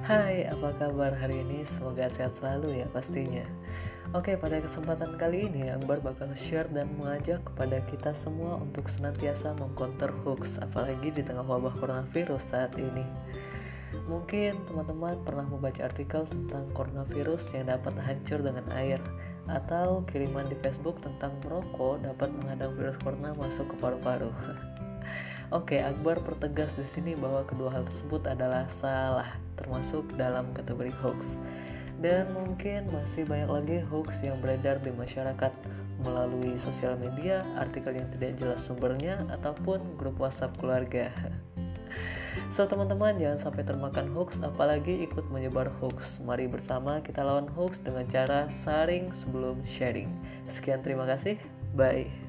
Hai, apa kabar hari ini? Semoga sehat selalu ya pastinya. Oke, pada kesempatan kali ini Akbar bakal share dan mengajak kepada kita semua untuk senantiasa mengcounter hoax, apalagi di tengah wabah coronavirus saat ini. Mungkin teman-teman pernah membaca artikel tentang coronavirus yang dapat hancur dengan air, atau kiriman di Facebook tentang merokok dapat menghadang virus corona masuk ke paru-paru. Oke, Akbar pertegas di sini bahwa kedua hal tersebut adalah salah, termasuk dalam kategori hoax. Dan mungkin masih banyak lagi hoax yang beredar di masyarakat melalui sosial media, artikel yang tidak jelas sumbernya, ataupun grup WhatsApp keluarga. So teman-teman, jangan sampai termakan hoax, apalagi ikut menyebar hoax. Mari bersama kita lawan hoax dengan cara saring sebelum sharing. Sekian, terima kasih, bye.